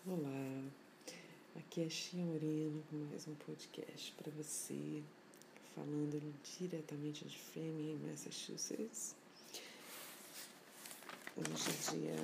Olá, aqui é Chia Moreno com mais um podcast para você, falando diretamente de Framingham, Massachusetts. Hoje é dia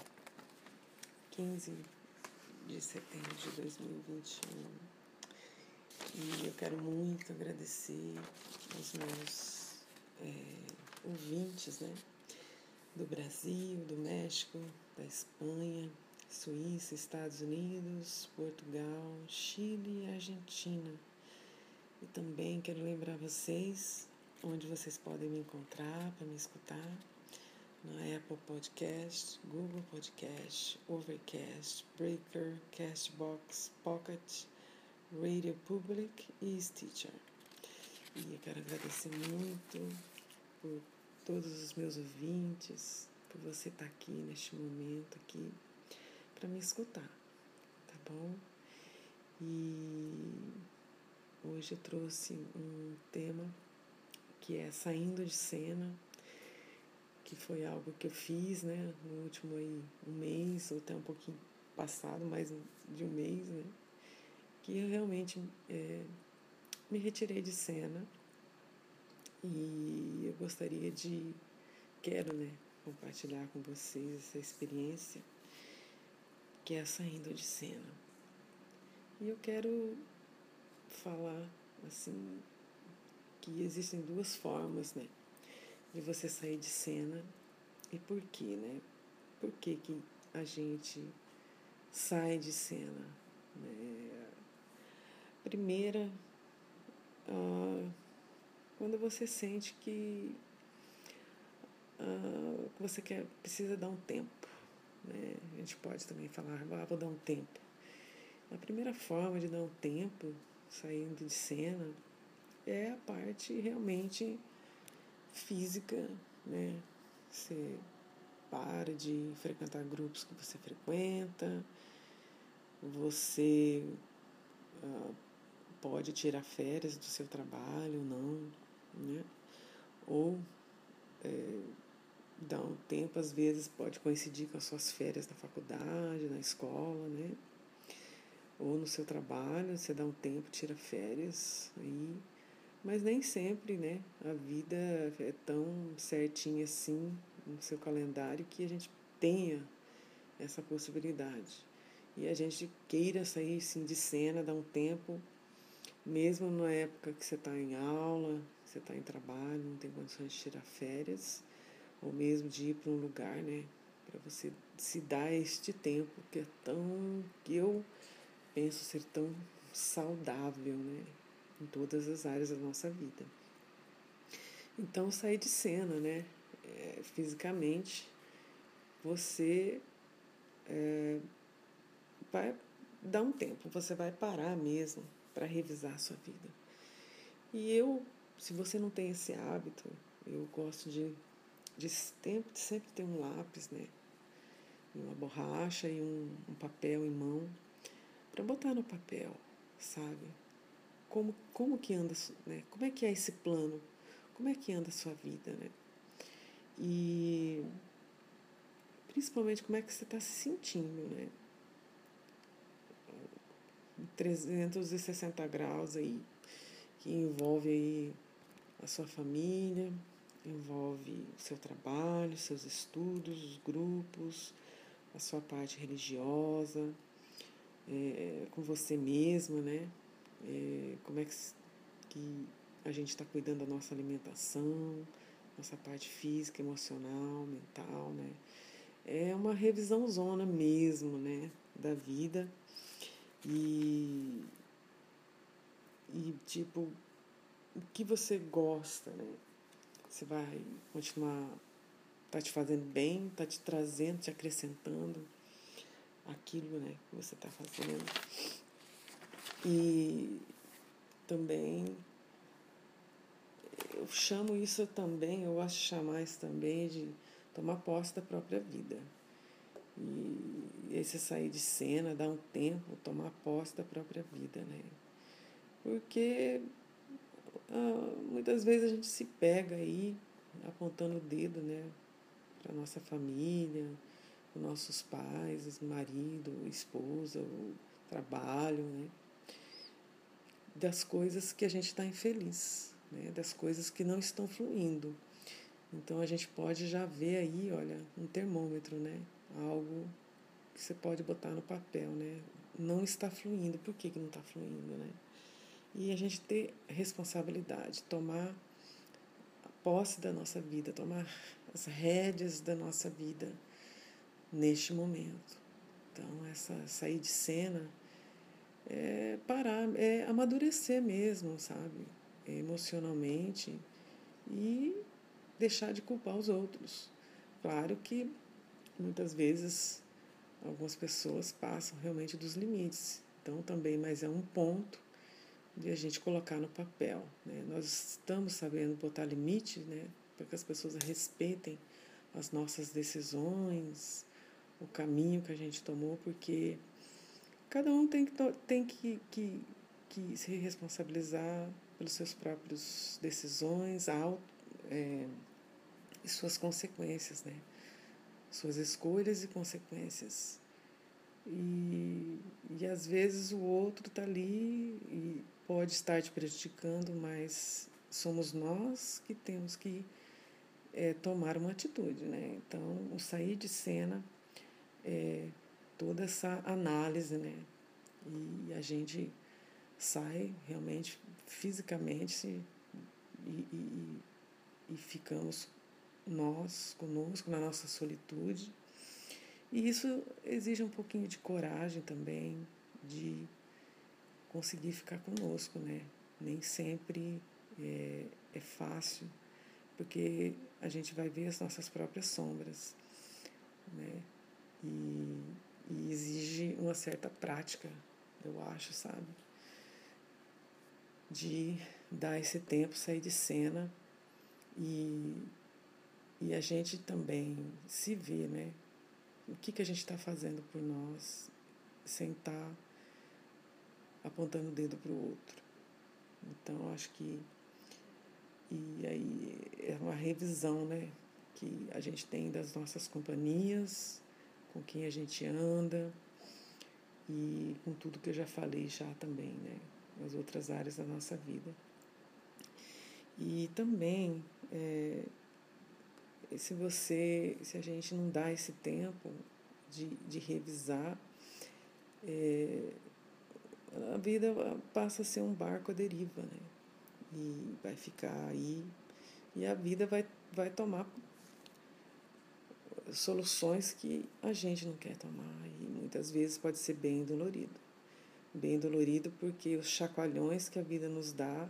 15 de setembro de 2021 e eu quero muito agradecer aos meus ouvintes, do Brasil, do México, da Espanha, Suíça, Estados Unidos, Portugal, Chile e Argentina. E também quero lembrar vocês onde vocês podem me encontrar para me escutar na Apple Podcast, Google Podcast, Overcast, Breaker, Castbox, Pocket, Radio Public e Stitcher. E eu quero agradecer muito por todos os meus ouvintes, por você estar aqui neste momento aqui para me escutar, tá bom? E hoje eu trouxe um tema que é saindo de cena, que foi algo que eu fiz, no último um mês, ou até um pouquinho passado, mais de um mês, que eu realmente me retirei de cena e eu quero compartilhar com vocês essa experiência que é saindo de cena. E eu quero falar, assim, que existem duas formas, de você sair de cena e por quê, Por que a gente sai de cena? Primeira, quando você sente que você precisa dar um tempo, A gente pode também falar, vou dar um tempo. A primeira forma de dar um tempo saindo de cena é a parte realmente física, Você para de frequentar grupos que você frequenta, você pode tirar férias do seu trabalho ou não, Ou dar um tempo, às vezes pode coincidir com as suas férias na faculdade, na escola, Ou no seu trabalho, você dá um tempo, tira férias aí. Mas nem sempre, a vida é tão certinha assim no seu calendário que a gente tenha essa possibilidade. E a gente queira sair sim de cena, dar um tempo, mesmo na época que você está em aula, que você está em trabalho, não tem condições de tirar férias, ou mesmo de ir para um lugar, para você se dar este tempo que eu penso ser tão saudável, em todas as áreas da nossa vida. Então, sair de cena, fisicamente, você vai dar um tempo, você vai parar mesmo para revisar a sua vida. E se você não tem esse hábito, eu gosto de sempre ter um lápis, uma borracha e um papel em mão para botar no papel, sabe? Como que anda, Como é que é esse plano? Como é que anda a sua vida, E principalmente como é que você está se sentindo, 360 graus aí, que envolve aí a sua família, envolve o seu trabalho, seus estudos, os grupos, a sua parte religiosa, com você mesmo, como é que a gente está cuidando da nossa alimentação, nossa parte física, emocional, mental, É uma revisão zona mesmo, da vida. E tipo, o que você gosta, Você vai continuar, tá te fazendo bem, tá te trazendo, te acrescentando aquilo, que você está fazendo. E também, eu chamo isso também, eu gosto de chamar isso também de tomar posse da própria vida. E esse sair de cena, dar um tempo, tomar posse da própria vida, Porque muitas vezes a gente se pega aí apontando o dedo, para nossa família, os nossos pais, marido, esposa, o trabalho, né? Das coisas que a gente está infeliz, né? Das coisas que não estão fluindo. Então a gente pode já ver aí, olha, um termômetro, né? Algo que você pode botar no papel, né? Não está fluindo. Por que não está fluindo, né? E a gente ter responsabilidade, tomar a posse da nossa vida, tomar as rédeas da nossa vida neste momento. Então, essa sair de cena é parar, é amadurecer mesmo, sabe? Emocionalmente e deixar de culpar os outros. Claro que muitas vezes algumas pessoas passam realmente dos limites. Então também, mas é um ponto de a gente colocar no papel, né? Nós estamos sabendo botar limite, né? Para que as pessoas respeitem as nossas decisões, o caminho que a gente tomou, porque cada um tem que se responsabilizar pelas suas próprias decisões e suas consequências, né? Suas escolhas e consequências. E às vezes o outro está ali e pode estar te prejudicando, mas somos nós que temos que tomar uma atitude, né? Então, o sair de cena é toda essa análise, né? E a gente sai realmente fisicamente e ficamos nós conosco na nossa solitude. E isso exige um pouquinho de coragem também, de conseguir ficar conosco, né? Nem sempre é fácil, porque a gente vai ver as nossas próprias sombras, né? E exige uma certa prática, eu acho, sabe? De dar esse tempo, sair de cena e a gente também se ver, né? O que a gente está fazendo por nós, sem estar apontando o dedo para o outro. Então, acho que e aí é uma revisão, né, que a gente tem das nossas companhias, com quem a gente anda e com tudo que eu já falei já também, né, nas outras áreas da nossa vida. E também, se a gente não dá esse tempo de revisar, a vida passa a ser um barco à deriva, né? E vai ficar aí e a vida vai tomar soluções que a gente não quer tomar e muitas vezes pode ser bem dolorido. Bem dolorido porque os chacoalhões que a vida nos dá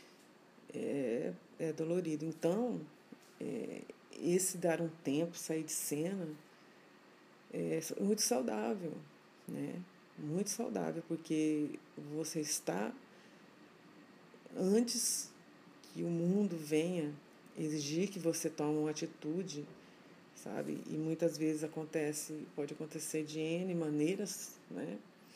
é dolorido. Então, esse dar um tempo, sair de cena, é muito saudável, né? Muito saudável, porque você está antes que o mundo venha exigir que você tome uma atitude, sabe? E muitas vezes pode acontecer de N maneiras, né?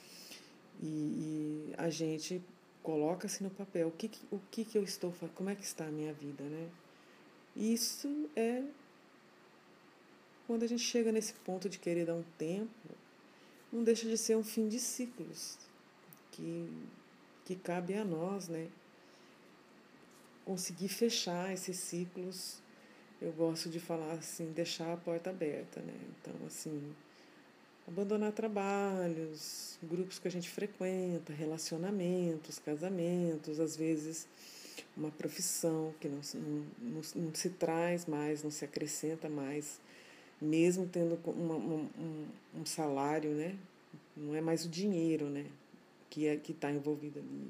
E a gente coloca-se no papel, o que eu estou fazendo, como é que está a minha vida, né? Isso é quando a gente chega nesse ponto de querer dar um tempo, não deixa de ser um fim de ciclos, que cabe a nós, né? Conseguir fechar esses ciclos. Eu gosto de falar assim, deixar a porta aberta, né? Então, assim, abandonar trabalhos, grupos que a gente frequenta, relacionamentos, casamentos, às vezes uma profissão que não se traz mais, não se acrescenta mais, mesmo tendo um salário, né? Não é mais o dinheiro, né? Que está envolvido ali.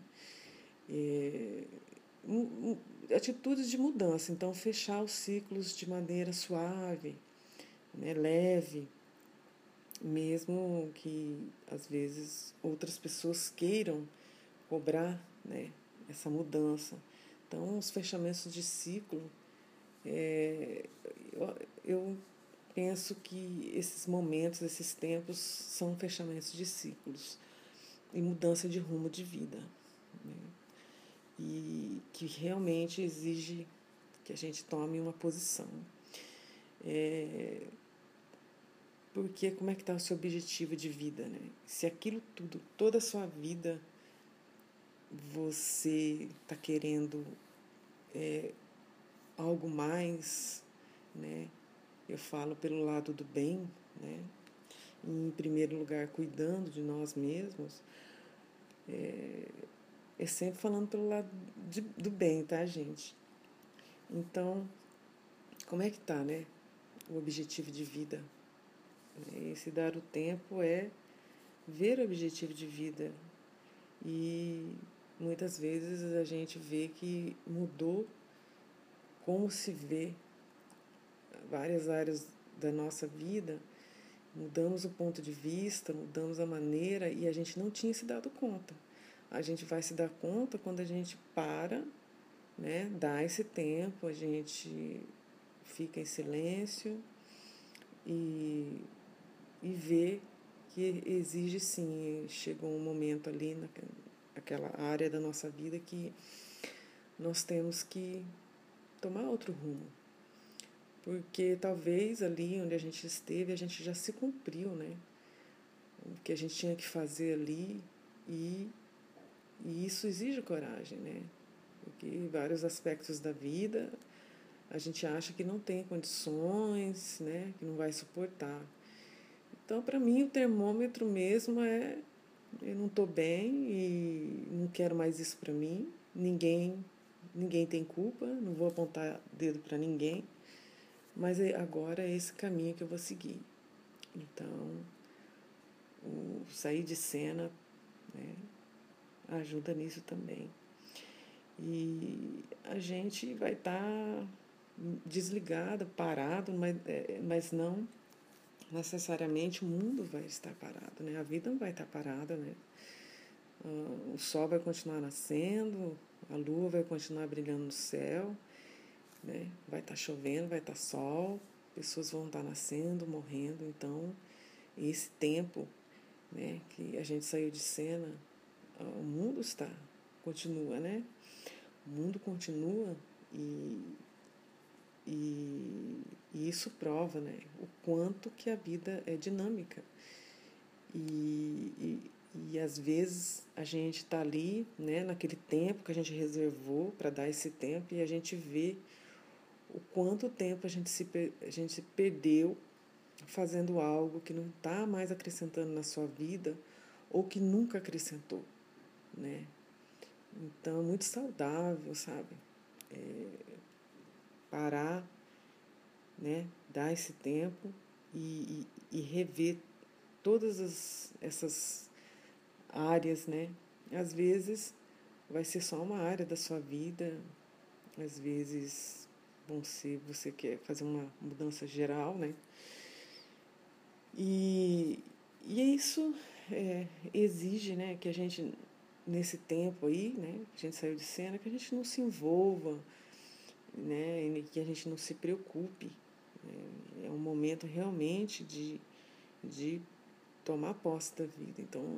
Atitudes de mudança, então fechar os ciclos de maneira suave, né? Leve, mesmo que às vezes outras pessoas queiram cobrar, né, essa mudança. Então, os fechamentos de ciclo, eu penso que esses momentos, esses tempos, são fechamentos de ciclos e mudança de rumo de vida, né? E que realmente exige que a gente tome uma posição. Porque como é que está o seu objetivo de vida, né? Se aquilo tudo, toda a sua vida, você está querendo algo mais, né? Eu falo pelo lado do bem, né? Em primeiro lugar, cuidando de nós mesmos, é sempre falando pelo lado do bem, tá, gente? Então, como é que tá, né? O objetivo de vida. Esse dar o tempo é ver o objetivo de vida. E muitas vezes a gente vê que mudou como se vê várias áreas da nossa vida, mudamos o ponto de vista, mudamos a maneira e a gente não tinha se dado conta. A gente vai se dar conta quando a gente para, né, dá esse tempo, a gente fica em silêncio e vê que exige sim, chegou um momento ali naquela área da nossa vida que nós temos que tomar outro rumo. Porque talvez ali onde a gente esteve, a gente já se cumpriu, né? O que a gente tinha que fazer ali e isso exige coragem, né? Porque em vários aspectos da vida a gente acha que não tem condições, né? Que não vai suportar. Então, para mim, o termômetro mesmo é eu não estou bem e não quero mais isso para mim. Ninguém tem culpa, não vou apontar dedo para ninguém, mas agora é esse caminho que eu vou seguir. Então, o sair de cena, né, ajuda nisso também. E a gente vai estar desligado, parado, mas não necessariamente o mundo vai estar parado, né? A vida não vai estar parada, né? O sol vai continuar nascendo, a lua vai continuar brilhando no céu, né? Vai estar chovendo, vai estar sol, pessoas vão estar nascendo, morrendo. Então, esse tempo, né, que a gente saiu de cena, o mundo continua, né? O mundo continua e isso prova, né, o quanto que a vida é dinâmica. E às vezes a gente está ali, né, naquele tempo que a gente reservou para dar esse tempo e a gente vê o quanto tempo a gente se perdeu fazendo algo que não está mais acrescentando na sua vida ou que nunca acrescentou, né? Então, é muito saudável, sabe? Parar, né? Dar esse tempo e rever todas essas áreas, né? Às vezes vai ser só uma área da sua vida, às vezes você quer fazer uma mudança geral, né? E, e isso exige, né, que a gente, nesse tempo aí, né, que a gente saiu de cena, que a gente não se envolva, né, e que a gente não se preocupe. Né? É um momento realmente de tomar posse da vida. Então,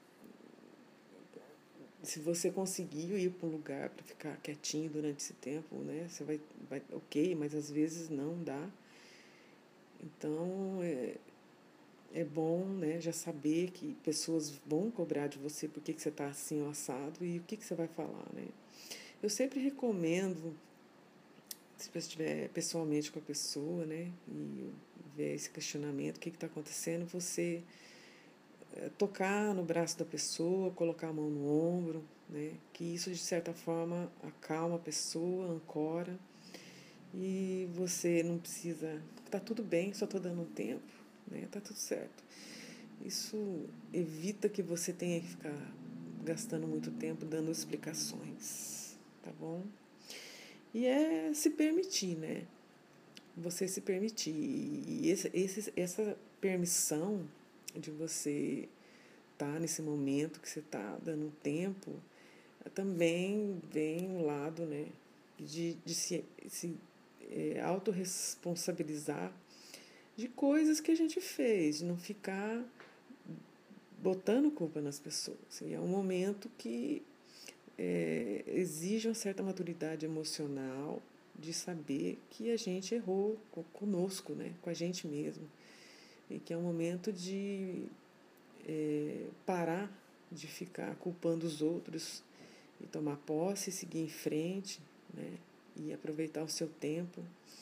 se você conseguiu ir para um lugar para ficar quietinho durante esse tempo, né, você vai ok, mas às vezes não dá. Então, é bom, né, já saber que pessoas vão cobrar de você por que você está assim ou assado e o que você vai falar, né? Eu sempre recomendo, se você estiver pessoalmente com a pessoa, né, e ver esse questionamento, o que está acontecendo, você tocar no braço da pessoa, colocar a mão no ombro, né, que isso de certa forma acalma a pessoa, ancora, e você não precisa, tá tudo bem, só estou dando um tempo, né, tá tudo certo. Isso evita que você tenha que ficar gastando muito tempo dando explicações, tá bom? E é se permitir, né? Você se permitir. E essa permissão de você estar nesse momento que você está dando tempo, também vem um lado, né, de se autorresponsabilizar de coisas que a gente fez, de não ficar botando culpa nas pessoas. E é um momento que exige uma certa maturidade emocional de saber que a gente errou conosco, né, com a gente mesmo. e que é um momento de parar de ficar culpando os outros e tomar posse, seguir em frente, né? E aproveitar o seu tempo.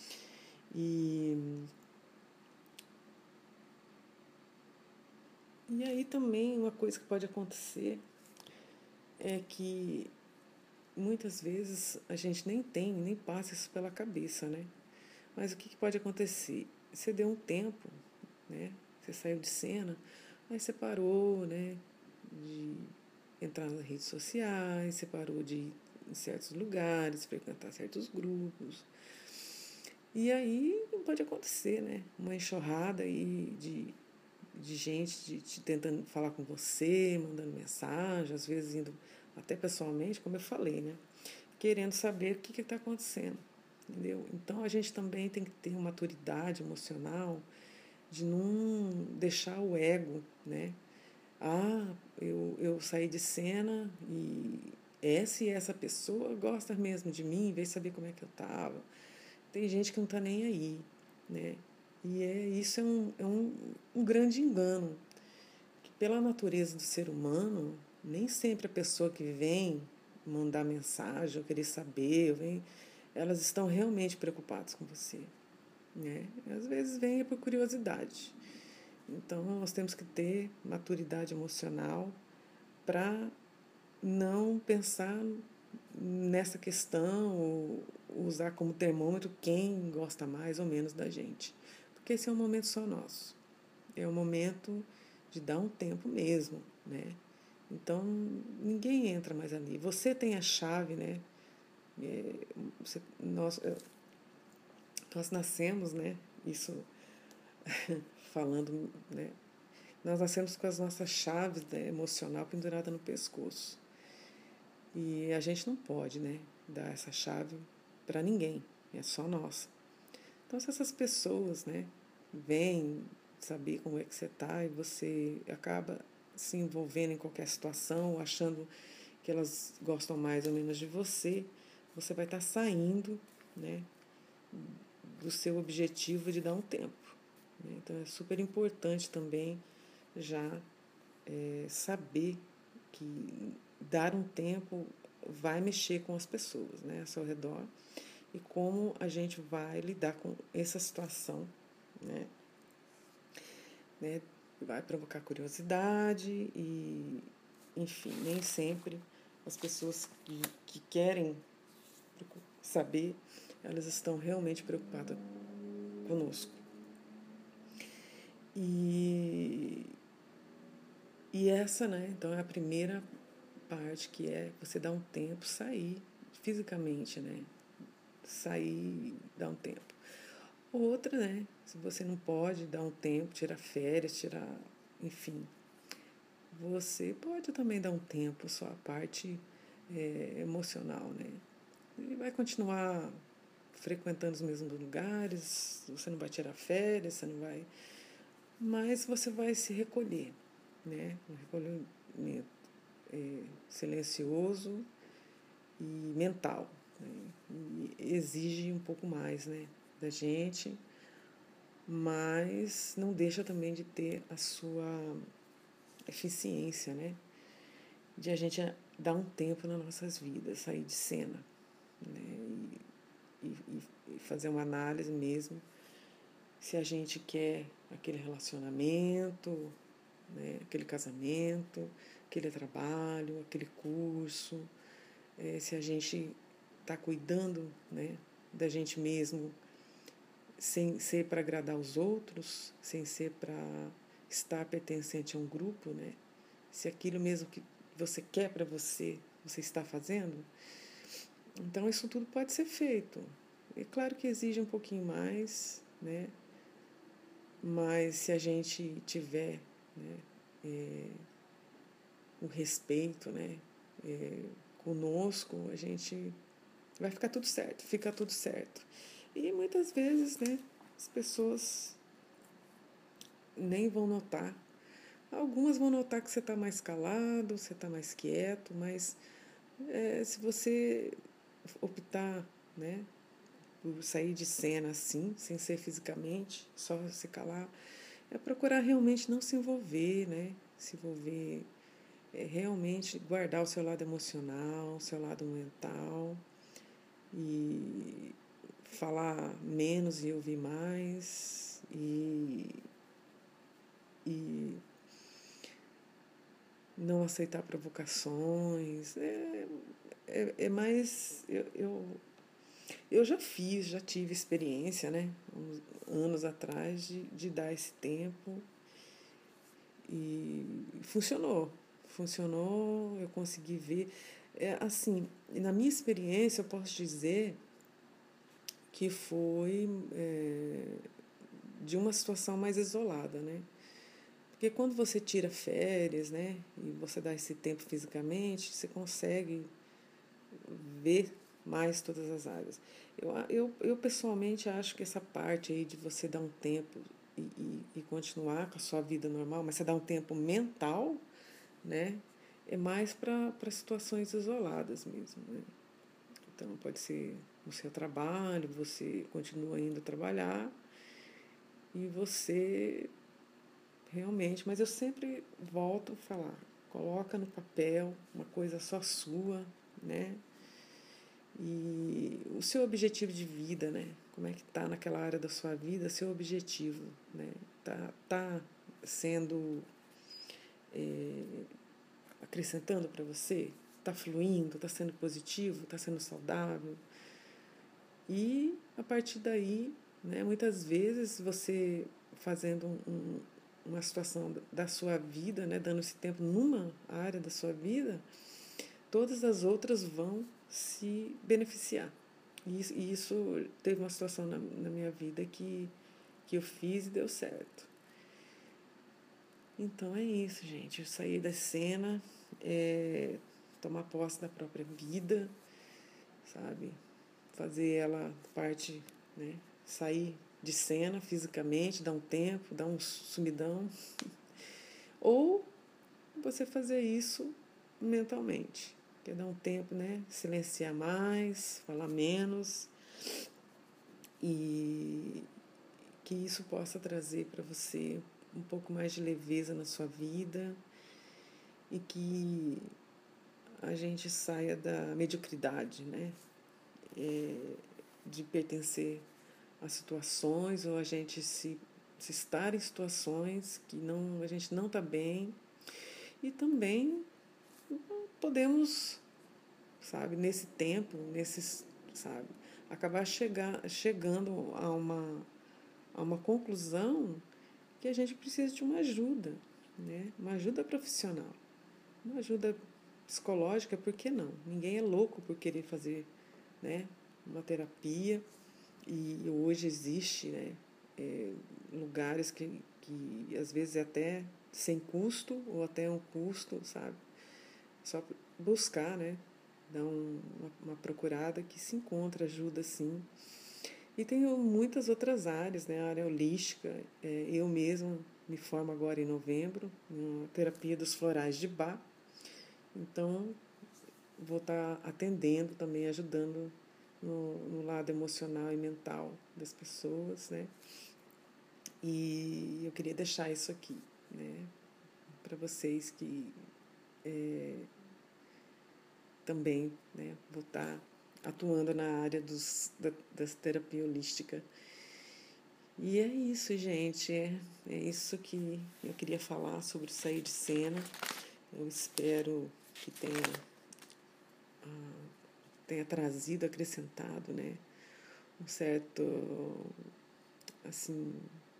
E aí também uma coisa que pode acontecer é que muitas vezes a gente nem passa isso pela cabeça, né? Mas o que pode acontecer? Você deu um tempo, né? Você saiu de cena, aí você parou, né? De entrar nas redes sociais, você parou de ir em certos lugares, frequentar certos grupos. E aí pode acontecer, né? Uma enxurrada aí de gente tentando falar com você, mandando mensagem, às vezes indo até pessoalmente, como eu falei, né? Querendo saber o que está acontecendo, entendeu? Então a gente também tem que ter uma maturidade emocional de não deixar o ego, né? Eu saí de cena e essa pessoa gosta mesmo de mim, veio saber como é que eu estava. Tem gente que não está nem aí, né? E isso um grande engano. Que pela natureza do ser humano, nem sempre a pessoa que vem mandar mensagem ou querer saber, elas estão realmente preocupadas com você, né? Às vezes vem por curiosidade. Então nós temos que ter maturidade emocional para não pensar nessa questão ou usar como termômetro quem gosta mais ou menos da gente. Porque esse é um momento só nosso. É um momento de dar um tempo mesmo, né? Então, ninguém entra mais ali. Você tem a chave, né? Nós nascemos, né? Isso falando, né? Nós nascemos com as nossas chaves, né, emocional pendurada no pescoço. E a gente não pode, né, dar essa chave para ninguém, é só nossa. Então, se essas pessoas, né, vêm saber como é que você está e você acaba se envolvendo em qualquer situação, achando que elas gostam mais ou menos de você, você vai estar saindo, né, do seu objetivo de dar um tempo. Né? Então, é super importante também já saber que dar um tempo vai mexer com as pessoas, né, ao seu redor, e como a gente vai lidar com essa situação, né? Vai provocar curiosidade e, enfim, nem sempre as pessoas que querem saber, elas estão realmente preocupadas conosco. E essa, né, então é a primeira parte, que é você dar um tempo, sair fisicamente, né? Sair, dar um tempo. Outra, né? Se você não pode dar um tempo, tirar férias, enfim, você pode também dar um tempo, só a parte emocional, né? E vai continuar frequentando os mesmos lugares, você não vai tirar férias, você não vai. Mas você vai se recolher, né? Um recolhimento silencioso e mental. Né? E exige um pouco mais, né, da gente, mas não deixa também de ter a sua eficiência, né? De a gente dar um tempo nas nossas vidas, sair de cena, né? E fazer uma análise mesmo se a gente quer aquele relacionamento, né? Aquele casamento, aquele trabalho, aquele curso, se a gente está cuidando, né, da gente mesmo, sem ser para agradar os outros, sem ser para estar pertencente a um grupo, né? Se aquilo mesmo que você quer para você, você está fazendo. Então, isso tudo pode ser feito. É claro que exige um pouquinho mais, né? Mas se a gente tiver, né, o respeito, né, conosco, a gente vai ficar tudo certo, fica tudo certo. E muitas vezes, né, as pessoas nem vão notar. Algumas vão notar que você está mais calado, você está mais quieto, mas se você optar, né, por sair de cena assim, sem ser fisicamente, só se calar, é procurar realmente não se envolver, né? Se envolver, realmente guardar o seu lado emocional, o seu lado mental e falar menos e ouvir mais e não aceitar provocações. É mais. Eu já tive experiência, né? Uns anos atrás, de dar esse tempo e funcionou. Funcionou, eu consegui ver. Assim, na minha experiência, eu posso dizer que foi de uma situação mais isolada, né? Porque quando você tira férias, né, e você dá esse tempo fisicamente, você consegue ver mais todas as áreas. Eu pessoalmente acho que essa parte aí de você dar um tempo e continuar com a sua vida normal, mas você dá um tempo mental, né, é mais para situações isoladas mesmo, né? Então pode ser no seu trabalho, você continua indo trabalhar e você realmente, mas eu sempre volto a falar, coloca no papel uma coisa só sua, né? E o seu objetivo de vida, né? Como é que está naquela área da sua vida, seu objetivo, né? Tá sendo acrescentando para você? Está fluindo? Está sendo positivo? Está sendo saudável? E a partir daí, né? Muitas vezes você fazendo uma situação da sua vida, né? Dando esse tempo numa área da sua vida, todas as outras vão se beneficiar. E isso teve uma situação na minha vida que eu fiz e deu certo. Então é isso, gente. Eu saí da cena, tomar posse da própria vida, sabe? Fazer ela parte, né? Sair de cena fisicamente, dar um tempo, dar um sumidão. Ou você fazer isso mentalmente. Que é dar um tempo, né? Silenciar mais, falar menos. E que isso possa trazer para você um pouco mais de leveza na sua vida e que a gente saia da mediocridade, né? De pertencer a situações ou a gente se estar em situações que não, a gente não está bem e também podemos, sabe, nesse tempo, sabe, acabar chegando a uma conclusão que a gente precisa de uma ajuda, né? Uma ajuda profissional, uma ajuda psicológica, por que não? Ninguém é louco por querer fazer, né, uma terapia e hoje existe, né, lugares que às vezes é até sem custo ou até um custo, sabe? Só buscar, né? Dar uma procurada que se encontra ajuda sim. E tem muitas outras áreas, né? A área holística. Eu mesma me formo agora em novembro, na terapia dos florais de Bach. Então, vou estar atendendo também, ajudando no lado emocional e mental das pessoas, né? E eu queria deixar isso aqui, né? Para vocês que também, né? Vou estar atuando na área das terapia holística. E é isso, gente. É isso que eu queria falar sobre sair de cena. Eu espero que tenha trazido, acrescentado, né? Um certo, assim,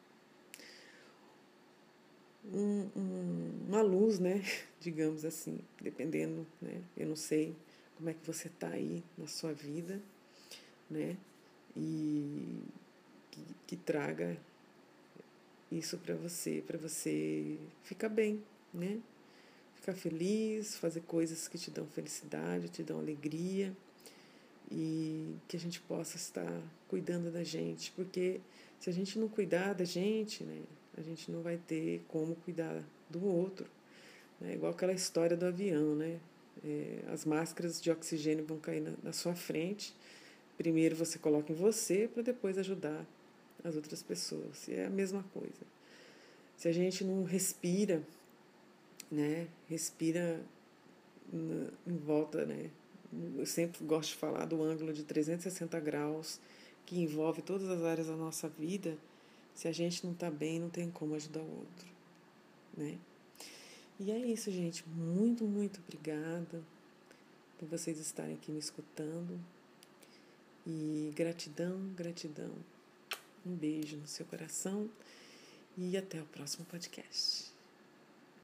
uma luz, né? Digamos assim, dependendo, né? Eu não sei como é que você está aí na sua vida, né? E que traga isso para você ficar bem, né? Ficar feliz, fazer coisas que te dão felicidade, te dão alegria e que a gente possa estar cuidando da gente, porque se a gente não cuidar da gente, né, a gente não vai ter como cuidar do outro. Né? Igual aquela história do avião, né? As máscaras de oxigênio vão cair na sua frente. Primeiro você coloca em você para depois ajudar as outras pessoas. E é a mesma coisa. se a gente não respira, né? Respira em volta, né? Eu sempre gosto de falar do ângulo de 360 graus, que envolve todas as áreas da nossa vida. Se a gente não está bem, não tem como ajudar o outro, né? E é isso, gente. Muito, muito obrigada por vocês estarem aqui me escutando. E gratidão, gratidão. Um beijo no seu coração e até o próximo podcast.